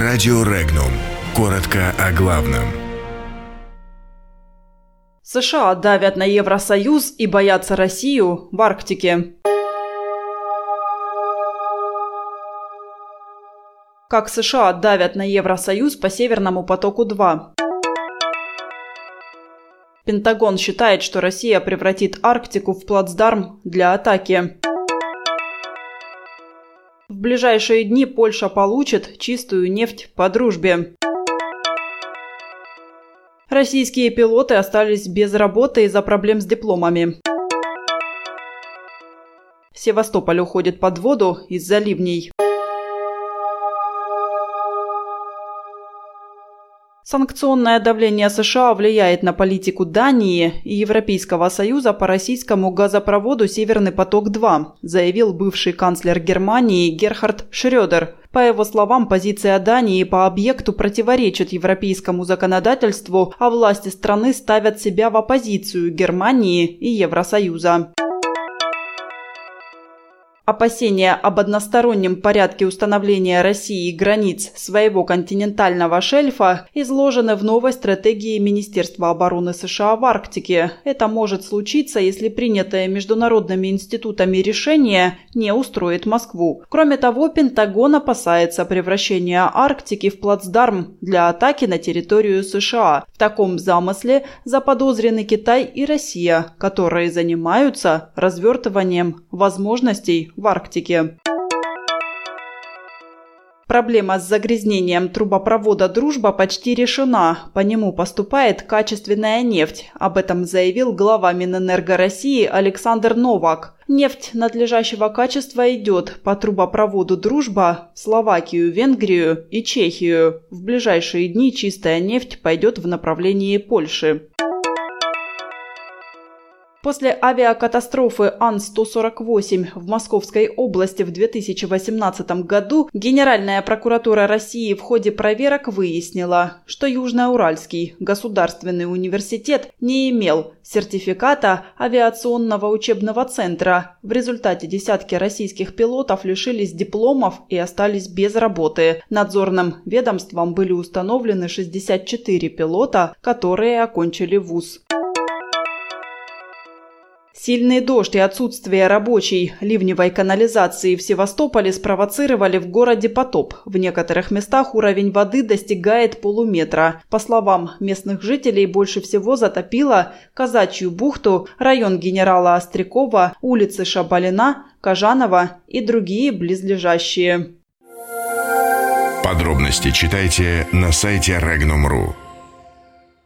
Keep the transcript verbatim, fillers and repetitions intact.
Радио Регнум. Коротко о главном. США давят на Евросоюз и боятся Россию в Арктике. Как США давят на Евросоюз по Северному потоку-два. Пентагон считает, что Россия превратит Арктику в плацдарм для атаки. В ближайшие дни Польша получит чистую нефть по дружбе. Российские пилоты остались без работы из-за проблем с дипломами. Севастополь уходит под воду из-за ливней. Санкционное давление США влияет на политику Дании и Европейского Союза по российскому газопроводу «Северный поток-два», заявил бывший канцлер Германии Герхард Шрёдер. По его словам, позиция Дании по объекту противоречит европейскому законодательству, а власти страны ставят себя в оппозицию Германии и Евросоюза. Опасения об одностороннем порядке установления России границ своего континентального шельфа изложены в новой стратегии Министерства обороны США в Арктике. Это может случиться, если принятое международными институтами решение не устроит Москву. Кроме того, Пентагон опасается превращения Арктики в плацдарм для атаки на территорию США. В таком замысле заподозрены Китай и Россия, которые занимаются развертыванием возможностей в Арктике. Проблема с загрязнением трубопровода «Дружба» почти решена. По нему поступает качественная нефть. Об этом заявил глава Минэнерго России Александр Новак. Нефть надлежащего качества идет по трубопроводу «Дружба» в Словакию, Венгрию и Чехию. В ближайшие дни чистая нефть пойдет в направлении Польши. После авиакатастрофы Ан сто сорок восемь в Московской области в две тысячи восемнадцатом году Генеральная прокуратура России в ходе проверок выяснила, что Южноуральский государственный университет не имел сертификата авиационного учебного центра. В результате десятки российских пилотов лишились дипломов и остались без работы. Надзорным ведомством были установлены шестьдесят четыре пилота, которые окончили вуз. Сильный дождь и отсутствие рабочей ливневой канализации в Севастополе спровоцировали в городе потоп. В некоторых местах уровень воды достигает полуметра. По словам местных жителей, больше всего затопило Казачью бухту, район генерала Острякова, улицы Шабалина, Кожанова и другие близлежащие. Подробности читайте на сайте регнум точка ру.